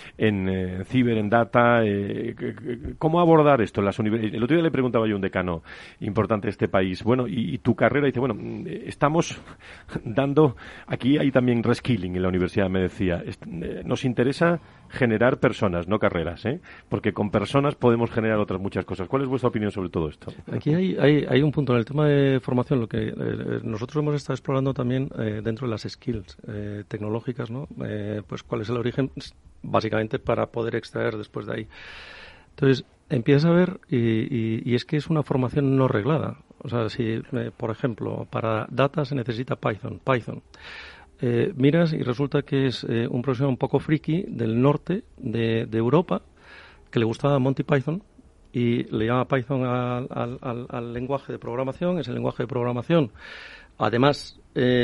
en ciber, en data. ¿Cómo abordar esto? El otro día le preguntaba yo a un decano importante de este país, bueno, y tu carrera, dice, bueno, estamos dando, aquí hay también reskilling en la universidad, me decía, nos interesa generar personas, no carreras, porque con personas podemos generar otras muchas cosas. ¿Cuál es vuestra opinión sobre todo esto? Aquí hay un punto en el tema de formación, lo que nosotros hemos estado explorando también dentro de las skills tecnológicas, ¿no? Pues cuál es el origen, básicamente para poder extraer después de ahí. Entonces, empiezas a ver, y es que es una formación no reglada. O sea, si, por ejemplo, para data se necesita Python. Miras y resulta que es un profesor un poco friki del norte de Europa que le gustaba Monty Python y le llama Python al lenguaje de programación. Es el lenguaje de programación. Además,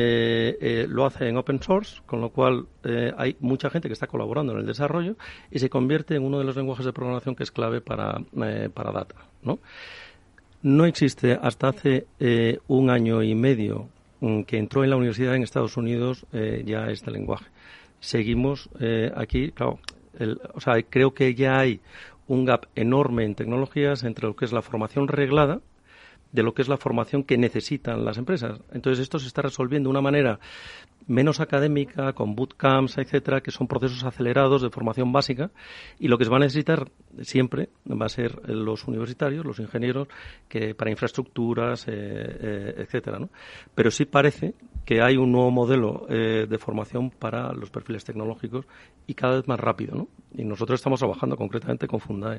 lo hace en open source, con lo cual hay mucha gente que está colaborando en el desarrollo y se convierte en uno de los lenguajes de programación que es clave para data, ¿no? No existe hasta hace 1 año y medio que entró en la universidad en Estados Unidos ya este lenguaje. Seguimos aquí, claro, creo que ya hay un gap enorme en tecnologías entre lo que es la formación reglada de lo que es la formación que necesitan las empresas. Entonces esto se está resolviendo de una manera menos académica, con bootcamps, etcétera, que son procesos acelerados de formación básica, y lo que se va a necesitar siempre va a ser los universitarios, los ingenieros, que para infraestructuras, etcétera, ¿no? Pero sí parece que hay un nuevo modelo de formación para los perfiles tecnológicos y cada vez más rápido, ¿no? Y nosotros estamos trabajando concretamente con Fundae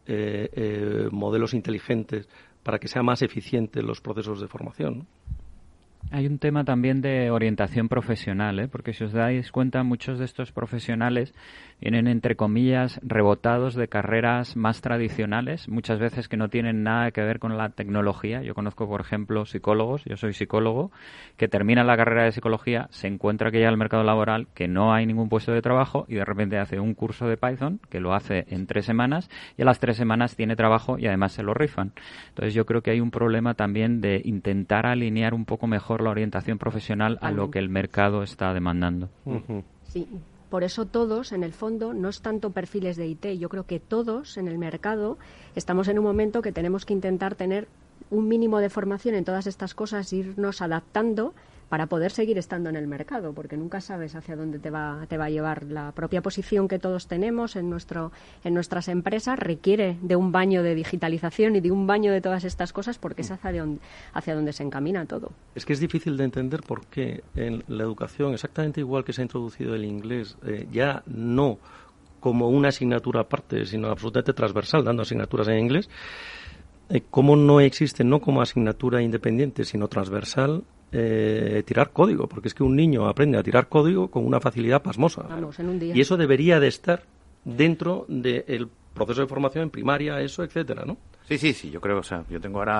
modelos inteligentes para que sean más eficientes los procesos de formación, ¿no? Hay un tema también de orientación profesional, porque si os dais cuenta, muchos de estos profesionales vienen, entre comillas, rebotados de carreras más tradicionales, muchas veces que no tienen nada que ver con la tecnología. Yo conozco, por ejemplo, psicólogos, yo soy psicólogo, que terminan la carrera de psicología, se encuentra que llega al mercado laboral, que no hay ningún puesto de trabajo y de repente hace un curso de Python, que lo hace en 3 semanas, y a las 3 semanas tiene trabajo y además se lo rifan. Entonces yo creo que hay un problema también de intentar alinear un poco mejor la orientación profesional a lo que el mercado está demandando. Sí, por eso todos, en el fondo, no es tanto perfiles de IT. Yo creo que todos en el mercado estamos en un momento que tenemos que intentar tener un mínimo de formación en todas estas cosas, irnos adaptando para poder seguir estando en el mercado, porque nunca sabes hacia dónde te va a llevar. La propia posición que todos tenemos en nuestras empresas requiere de un baño de digitalización y de un baño de todas estas cosas, porque es hacia donde se encamina todo. Es que es difícil de entender por qué en la educación, exactamente igual que se ha introducido el inglés, ya no como una asignatura aparte, sino absolutamente transversal, dando asignaturas en inglés, cómo no existe, no como asignatura independiente, sino transversal, tirar código, porque es que un niño aprende a tirar código con una facilidad pasmosa. Vamos, en un día. Y eso debería de estar dentro del proceso de formación en primaria, eso, etcétera, ¿no? Sí, yo creo, o sea, yo tengo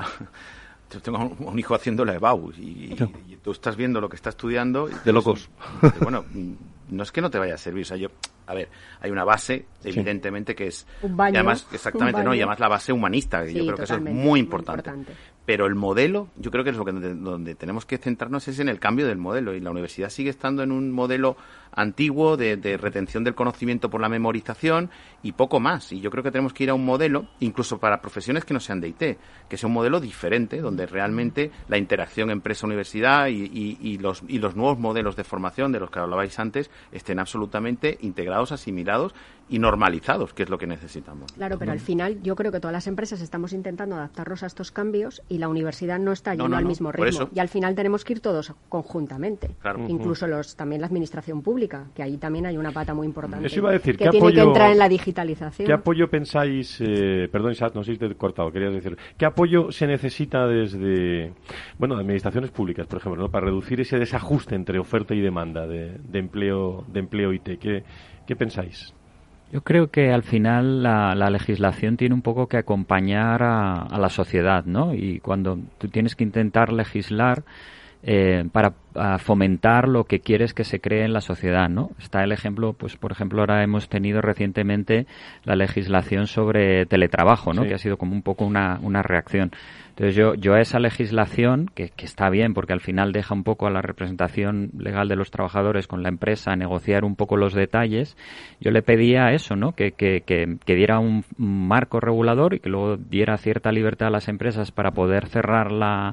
un hijo haciendo la EBAU y tú estás viendo lo que está estudiando. De locos. Bueno, no es que no te vaya a servir, o sea, hay una base, evidentemente, que es... Un baño. Y además, exactamente, ¿no? Y además la base humanista, que yo creo que eso es muy importante. Pero el modelo, yo creo que es donde tenemos que centrarnos es en el cambio del modelo. Y la universidad sigue estando en un modelo antiguo de retención del conocimiento por la memorización y poco más. Y yo creo que tenemos que ir a un modelo, incluso para profesiones que no sean de IT, que sea un modelo diferente, donde realmente la interacción empresa-universidad y los nuevos modelos de formación de los que hablabais antes estén absolutamente integrados, asimilados y normalizados, que es lo que necesitamos. Claro, pero al final yo creo que todas las empresas estamos intentando adaptarnos a estos cambios y la universidad no está yendo al mismo ritmo. Y al final tenemos que ir todos conjuntamente. Claro. Incluso también la administración pública, que ahí también hay una pata muy importante. Eso iba a decir, que tiene que entrar en la digitalización. ¿Qué apoyo pensáis, perdón Isaac, no sé si te he cortado, querías decir, ¿qué apoyo se necesita desde, de administraciones públicas, por ejemplo, ¿no? Para reducir ese desajuste entre oferta y demanda de empleo IT? ¿Qué pensáis? Yo creo que al final la legislación tiene un poco que acompañar a la sociedad, ¿no? Y cuando tú tienes que intentar legislar para fomentar lo que quieres que se cree en la sociedad, ¿no? Está el ejemplo, pues por ejemplo ahora hemos tenido recientemente la legislación sobre teletrabajo, ¿no? Sí. Que ha sido como un poco una reacción. Entonces yo a esa legislación, que está bien porque al final deja un poco a la representación legal de los trabajadores con la empresa a negociar un poco los detalles, yo le pedía eso, ¿no? Que diera un marco regulador y que luego diera cierta libertad a las empresas para poder cerrar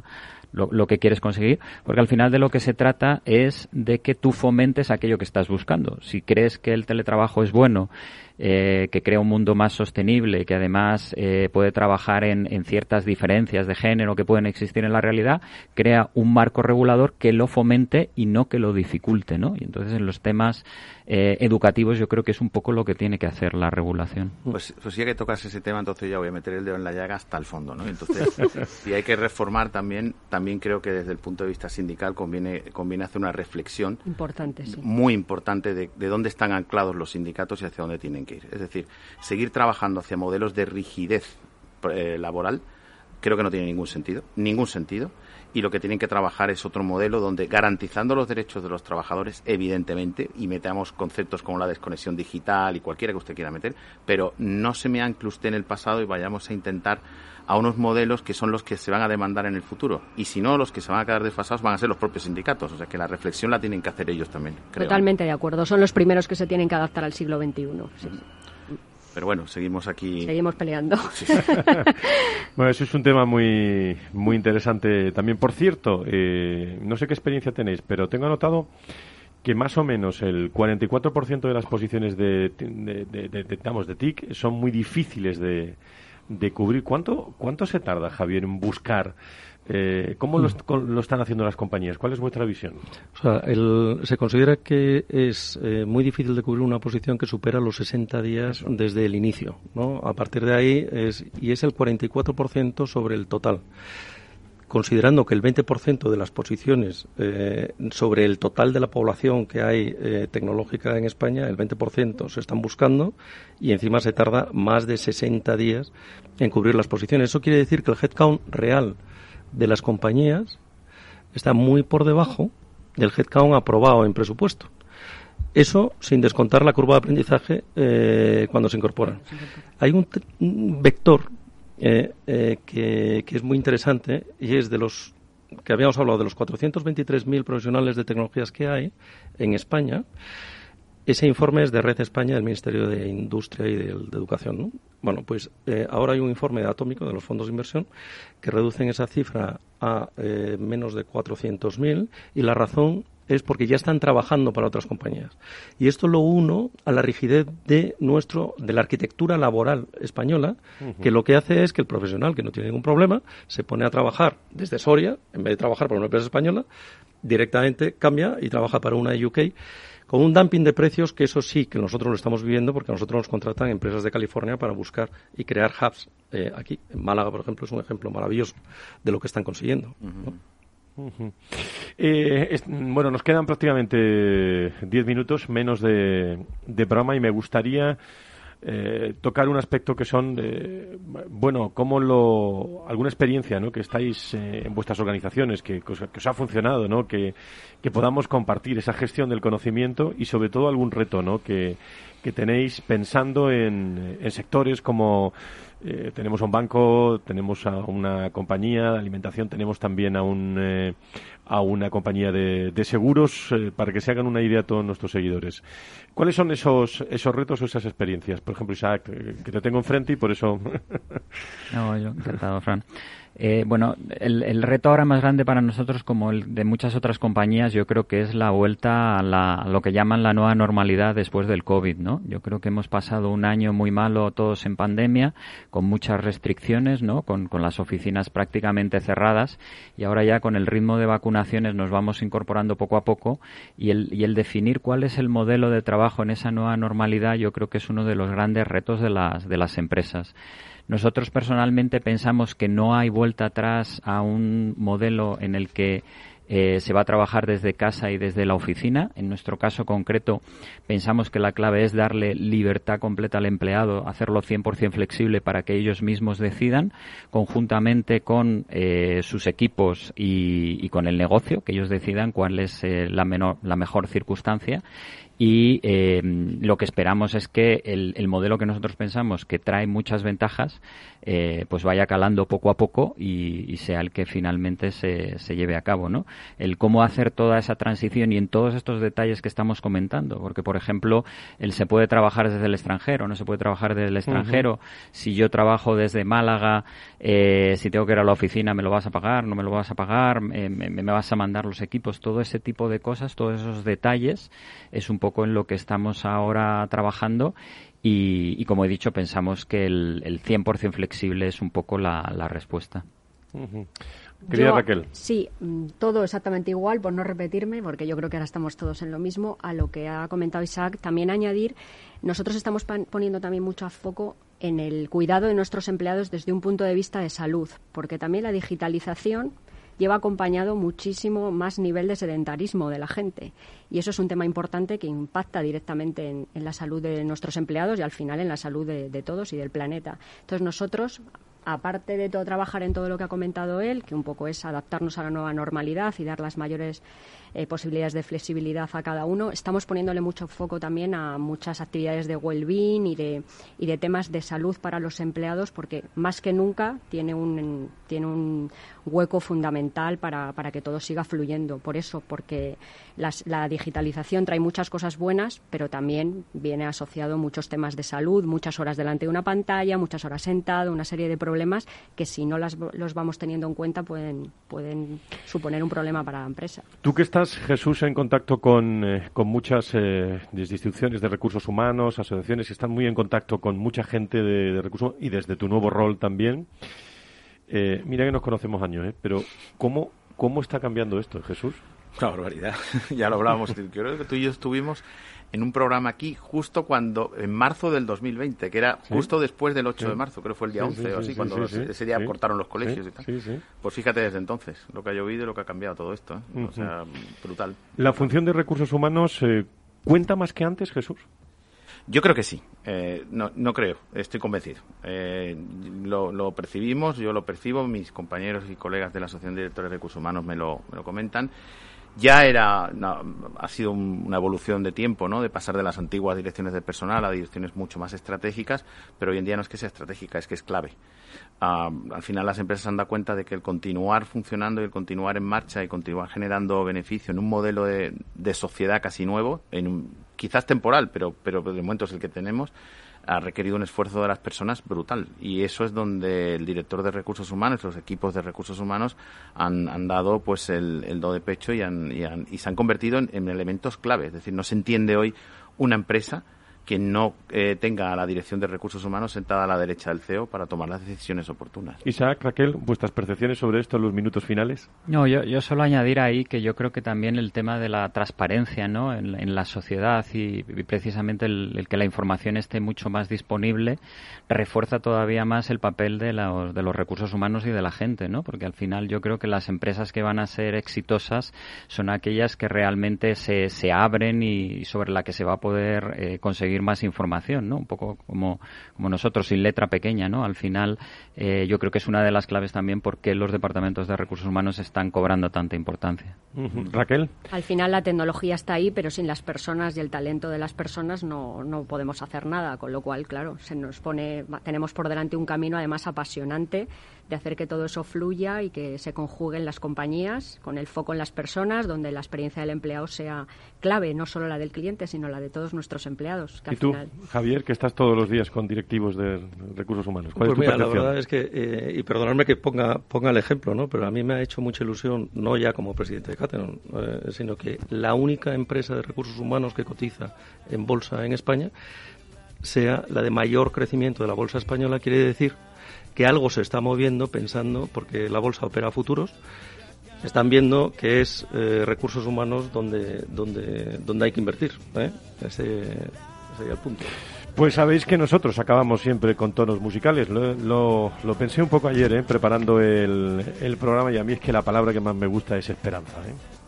lo que quieres conseguir, porque al final de lo que se trata es de que tú fomentes aquello que estás buscando. Si crees que el teletrabajo es bueno, que crea un mundo más sostenible, que además puede trabajar en ciertas diferencias de género que pueden existir en la realidad, crea un marco regulador que lo fomente y no que lo dificulte, ¿no? Y entonces en los temas educativos yo creo que es un poco lo que tiene que hacer la regulación. Pues ya que tocas ese tema, entonces ya voy a meter el dedo en la llaga hasta el fondo, ¿no? Entonces, si hay que reformar también creo que desde el punto de vista sindical conviene hacer una reflexión muy importante de dónde están anclados los sindicatos y hacia dónde tienen que ir. Es decir, seguir trabajando hacia modelos de rigidez laboral creo que no tiene ningún sentido, y lo que tienen que trabajar es otro modelo donde, garantizando los derechos de los trabajadores, evidentemente, y metamos conceptos como la desconexión digital y cualquiera que usted quiera meter, pero no se me ancle usted en el pasado y vayamos a intentar a unos modelos que son los que se van a demandar en el futuro. Y si no, los que se van a quedar desfasados van a ser los propios sindicatos. O sea que la reflexión la tienen que hacer ellos también, creo. Totalmente de acuerdo. Son los primeros que se tienen que adaptar al siglo XXI. Sí. Pero bueno, seguimos aquí. Seguimos peleando. Sí. Bueno, eso es un tema muy, muy interesante también. Por cierto, no sé qué experiencia tenéis, pero tengo anotado que más o menos el 44% de las posiciones de TIC son muy difíciles de cubrir. ¿Cuánto se tarda, Javier, en buscar? ¿Cómo lo están haciendo las compañías? ¿Cuál es vuestra visión? O sea, se considera que es muy difícil de cubrir una posición que supera los 60 días desde el inicio, ¿no? A partir de ahí es el 44% sobre el total. Considerando que el 20% de las posiciones sobre el total de la población que hay tecnológica en España, el 20% se están buscando y encima se tarda más de 60 días en cubrir las posiciones. Eso quiere decir que el headcount real de las compañías está muy por debajo del headcount aprobado en presupuesto. Eso sin descontar la curva de aprendizaje cuando se incorporan. Hay un vector que es muy interesante y es de los que habíamos hablado, de los 423.000 profesionales de tecnologías que hay en España. Ese informe es de Red España, del Ministerio de Industria y de Educación, ¿no? Bueno, pues ahora hay un informe de Atómico, de los fondos de inversión, que reducen esa cifra a menos de 400.000, y la razón es porque ya están trabajando para otras compañías. Y esto lo uno a la rigidez de la arquitectura laboral española, que lo que hace es que el profesional, que no tiene ningún problema, se pone a trabajar desde Soria, en vez de trabajar para una empresa española, directamente cambia y trabaja para una UK, con un dumping de precios que eso sí que nosotros lo estamos viviendo, porque a nosotros nos contratan empresas de California para buscar y crear hubs aquí. En Málaga, por ejemplo, es un ejemplo maravilloso de lo que están consiguiendo, ¿no? Bueno, nos quedan prácticamente 10 minutos menos de programa y me gustaría tocar un aspecto que son, bueno, alguna experiencia, ¿no?, que estáis en vuestras organizaciones, que os ha funcionado, ¿no?, que podamos compartir esa gestión del conocimiento y sobre todo algún reto, ¿no?, que tenéis pensando en sectores como tenemos a un banco, tenemos a una compañía de alimentación, tenemos también a una compañía de seguros, para que se hagan una idea a todos nuestros seguidores. ¿Cuáles son esos retos o esas experiencias? Por ejemplo, Isaac, que te tengo enfrente y por eso... No, yo encantado, Fran. Bueno, el reto ahora más grande para nosotros, como el de muchas otras compañías, yo creo que es la vuelta a lo que llaman la nueva normalidad después del COVID, ¿no? Yo creo que hemos pasado un año muy malo todos en pandemia, con muchas restricciones, ¿no?, con las oficinas prácticamente cerradas, y ahora ya con el ritmo de vacunaciones nos vamos incorporando poco a poco, y el definir cuál es el modelo de trabajo en esa nueva normalidad, yo creo que es uno de los grandes retos de las empresas. Nosotros personalmente pensamos que no hay vuelta atrás a un modelo en el que se va a trabajar desde casa y desde la oficina. En nuestro caso concreto, pensamos que la clave es darle libertad completa al empleado, hacerlo 100% flexible para que ellos mismos decidan, conjuntamente con sus equipos y con el negocio, que ellos decidan cuál es la mejor circunstancia. Y lo que esperamos es que el modelo que nosotros pensamos que trae muchas ventajas, pues vaya calando poco a poco y sea el que finalmente se lleve a cabo, ¿no? El cómo hacer toda esa transición y en todos estos detalles que estamos comentando, porque por ejemplo, se puede trabajar desde el extranjero, no se puede trabajar desde el extranjero. Si yo trabajo desde Málaga, si tengo que ir a la oficina, ¿me lo vas a pagar? ¿No me lo vas a pagar? ¿Me vas a mandar los equipos? Todo ese tipo de cosas, todos esos detalles, es un poco en lo que estamos ahora trabajando y como he dicho, pensamos que el 100% flexible es un poco la respuesta. Querida Raquel. Sí, todo exactamente igual, por no repetirme, porque yo creo que ahora estamos todos en lo mismo. A lo que ha comentado Isaac, también añadir, nosotros estamos poniendo también mucho foco en el cuidado de nuestros empleados desde un punto de vista de salud, porque también la digitalización lleva acompañado muchísimo más nivel de sedentarismo de la gente. Y eso es un tema importante que impacta directamente en la salud de nuestros empleados y al final en la salud de todos y del planeta. Entonces nosotros, aparte de todo trabajar en todo lo que ha comentado él, que un poco es adaptarnos a la nueva normalidad y dar las mayores posibilidades de flexibilidad a cada uno, estamos poniéndole mucho foco también a muchas actividades de well-being y de temas de salud para los empleados, porque más que nunca tiene un hueco fundamental para que todo siga fluyendo. Por eso, porque la digitalización trae muchas cosas buenas, pero también viene asociado muchos temas de salud, muchas horas delante de una pantalla, muchas horas sentado, una serie de problemas que si no los vamos teniendo en cuenta pueden suponer un problema para la empresa. Tú que estás, Jesús, en contacto con muchas instituciones de recursos humanos, asociaciones que están muy en contacto con mucha gente de recursos y desde tu nuevo rol también. Mira que nos conocemos años, pero ¿cómo está cambiando esto, Jesús? Una barbaridad. Ya lo hablábamos. Creo que tú y yo estuvimos en un programa aquí justo en marzo del 2020, que era justo después del 8 de marzo, creo que fue el día 11 o así, cuando ese día cortaron los colegios y tal. Pues fíjate desde entonces lo que ha llovido y lo que ha cambiado todo esto. O sea, brutal. ¿La función de recursos humanos cuenta más que antes, Jesús? Yo creo que sí. No creo, estoy convencido. Lo percibimos, yo lo percibo, mis compañeros y colegas de la Asociación de Directores de Recursos Humanos me lo comentan. Ya ha sido una evolución de tiempo, ¿no?, de pasar de las antiguas direcciones de personal a direcciones mucho más estratégicas, pero hoy en día no es que sea estratégica, es que es clave. Al final las empresas se han dado cuenta de que el continuar funcionando y el continuar en marcha y continuar generando beneficio en un modelo de sociedad casi nuevo, quizás temporal, pero de momento es el que tenemos, ha requerido un esfuerzo de las personas brutal, y eso es donde el director de recursos humanos, los equipos de recursos humanos han dado pues el do de pecho y se han convertido en elementos clave. Es decir, no se entiende hoy una empresa que no tenga a la dirección de recursos humanos sentada a la derecha del CEO para tomar las decisiones oportunas. Isaac, Raquel, ¿vuestras percepciones sobre esto en los minutos finales? No, yo solo añadir ahí que yo creo que también el tema de la transparencia, ¿no?, en la sociedad y precisamente el que la información esté mucho más disponible refuerza todavía más el papel de los recursos humanos y de la gente, ¿no? Porque al final yo creo que las empresas que van a ser exitosas son aquellas que realmente se abren y sobre la que se va a poder conseguir más información, ¿no? Un poco como nosotros, sin letra pequeña, ¿no? Al final yo creo que es una de las claves también por qué los departamentos de recursos humanos están cobrando tanta importancia. Raquel. Al final la tecnología está ahí, pero sin las personas y el talento de las personas no podemos hacer nada, con lo cual, claro, tenemos por delante un camino además apasionante de hacer que todo eso fluya y que se conjuguen las compañías con el foco en las personas, donde la experiencia del empleado sea clave, no solo la del cliente, sino la de todos nuestros empleados. Que ¿Y tú, Javier, que estás todos los días con directivos de recursos humanos? ¿Cuál es tu percepción? La verdad es que, y perdonadme que ponga el ejemplo, ¿no? Pero a mí me ha hecho mucha ilusión, no ya como presidente de Catenon, sino que la única empresa de recursos humanos que cotiza en bolsa en España sea la de mayor crecimiento de la bolsa española. Quiere decir que algo se está moviendo, pensando, porque la bolsa opera futuros, están viendo que es recursos humanos donde hay que invertir. Ese sería el punto. Pues sabéis que nosotros acabamos siempre con tonos musicales. Lo pensé un poco ayer, preparando el programa, y a mí es que la palabra que más me gusta es esperanza.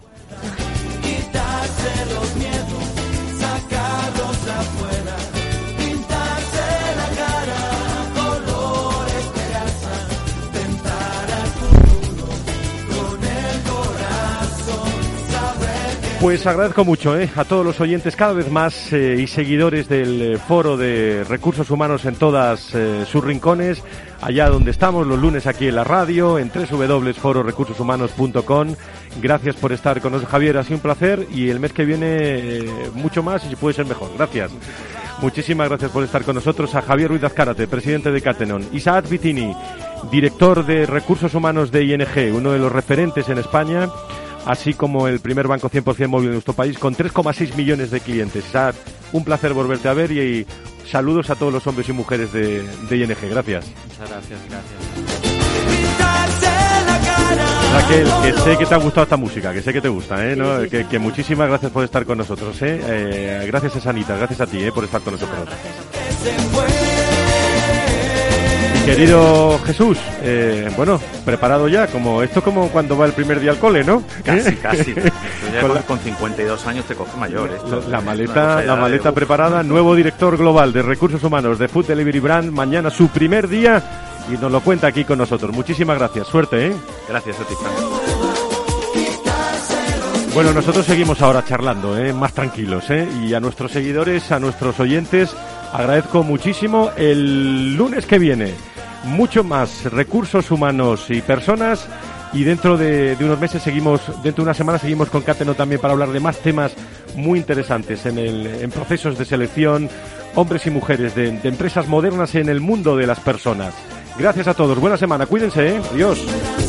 Quitarse los miedos, sacarlos afuera, pintarse la cara, color esperanza, tentar al futuro con el corazón, saber que... Pues agradezco mucho a todos los oyentes cada vez más y seguidores del Foro de Recursos Humanos en todas sus rincones, allá donde estamos los lunes aquí en la radio, en www.fororecursoshumanos.com. Gracias por estar con nosotros, Javier, ha sido un placer, y el mes que viene mucho más y si puede ser mejor. Gracias. Muchísimas gracias por estar con nosotros. A Javier Ruiz de Azcárate, presidente de Catenon. Isaac Vitini, director de Recursos Humanos de ING, uno de los referentes en España, así como el primer banco 100% móvil de nuestro país, con 3,6 millones de clientes. Isaac, un placer volverte a ver y saludos a todos los hombres y mujeres de ING. Gracias. Muchas gracias. Raquel, que sé que te ha gustado esta música, que sé que te gusta, ¿no? Sí. Que muchísimas gracias por estar con nosotros, gracias a Sanita, gracias a ti, por estar con nosotros. Querido Jesús, preparado ya, esto como cuando va el primer día al cole, ¿no? Casi. Con 52 años te coge mayor. La maleta preparada, nuevo director global de Recursos Humanos de Food Delivery Brand, mañana su primer día y nos lo cuenta aquí con nosotros. Muchísimas gracias, suerte, Gracias a ti, Fran. Bueno, nosotros seguimos ahora charlando, más tranquilos, y a nuestros seguidores, a nuestros oyentes, agradezco muchísimo. El lunes que viene, mucho más recursos humanos y personas, y dentro de unos meses dentro de una semana seguimos con Catenon también para hablar de más temas muy interesantes en procesos de selección, hombres y mujeres de empresas modernas en el mundo de las personas. Gracias a todos, buena semana, cuídense, adiós.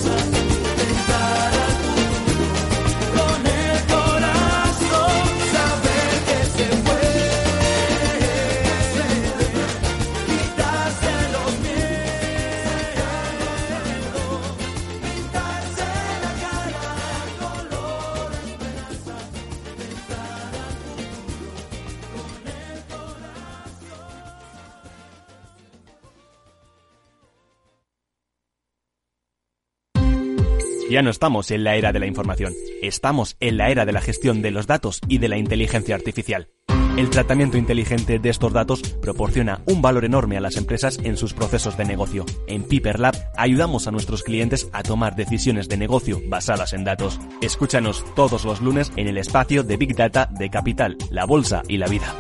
Ya no estamos en la era de la información, estamos en la era de la gestión de los datos y de la inteligencia artificial. El tratamiento inteligente de estos datos proporciona un valor enorme a las empresas en sus procesos de negocio. En Piper Lab ayudamos a nuestros clientes a tomar decisiones de negocio basadas en datos. Escúchanos todos los lunes en el espacio de Big Data de Capital, la Bolsa y la Vida.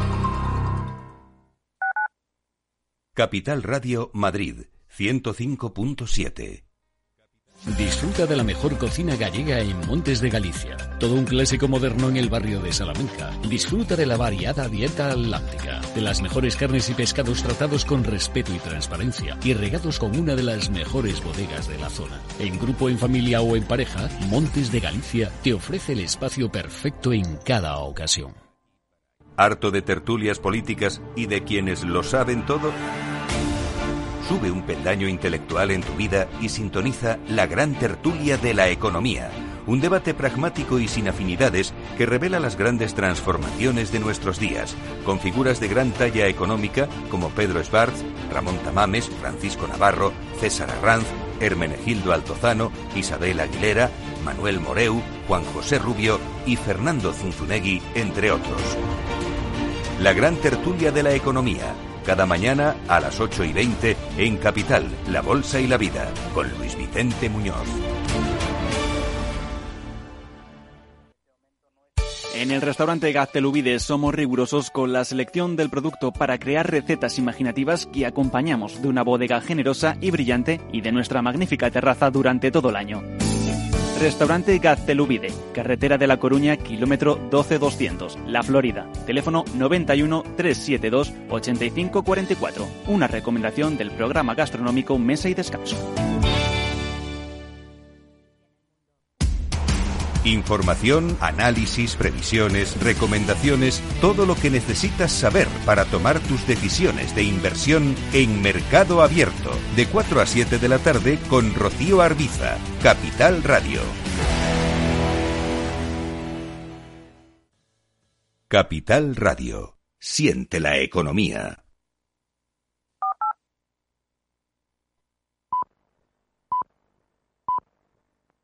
Capital Radio Madrid, 105.7. Disfruta de la mejor cocina gallega en Montes de Galicia. Todo un clásico moderno en el barrio de Salamanca. Disfruta de la variada dieta atlántica, de las mejores carnes y pescados tratados con respeto y transparencia y regados con una de las mejores bodegas de la zona. En grupo, en familia o en pareja, Montes de Galicia te ofrece el espacio perfecto en cada ocasión. ¿Harto de tertulias políticas y de quienes lo saben todo? Sube un peldaño intelectual en tu vida y sintoniza la gran tertulia de la economía. Un debate pragmático y sin afinidades que revela las grandes transformaciones de nuestros días, con figuras de gran talla económica como Pedro Esbarz, Ramón Tamames, Francisco Navarro, César Arranz, Hermenegildo Altozano, Isabel Aguilera, Manuel Moreu, Juan José Rubio y Fernando Zunzunegui, entre otros. La gran tertulia de la economía, cada mañana a las 8:20 en Capital, La Bolsa y la Vida, con Luis Vicente Muñoz. En el restaurante Gaztelubides somos rigurosos con la selección del producto para crear recetas imaginativas que acompañamos de una bodega generosa y brillante y de nuestra magnífica terraza durante todo el año. Restaurante Gaztelubide, carretera de La Coruña, kilómetro 12200, La Florida. Teléfono 91 372 8544. Una recomendación del programa gastronómico Mesa y Descanso. Información, análisis, previsiones, recomendaciones, todo lo que necesitas saber para tomar tus decisiones de inversión en Mercado Abierto, de 4 a 7 de la tarde con Rocío Arbiza, Capital Radio. Capital Radio. Siente la economía.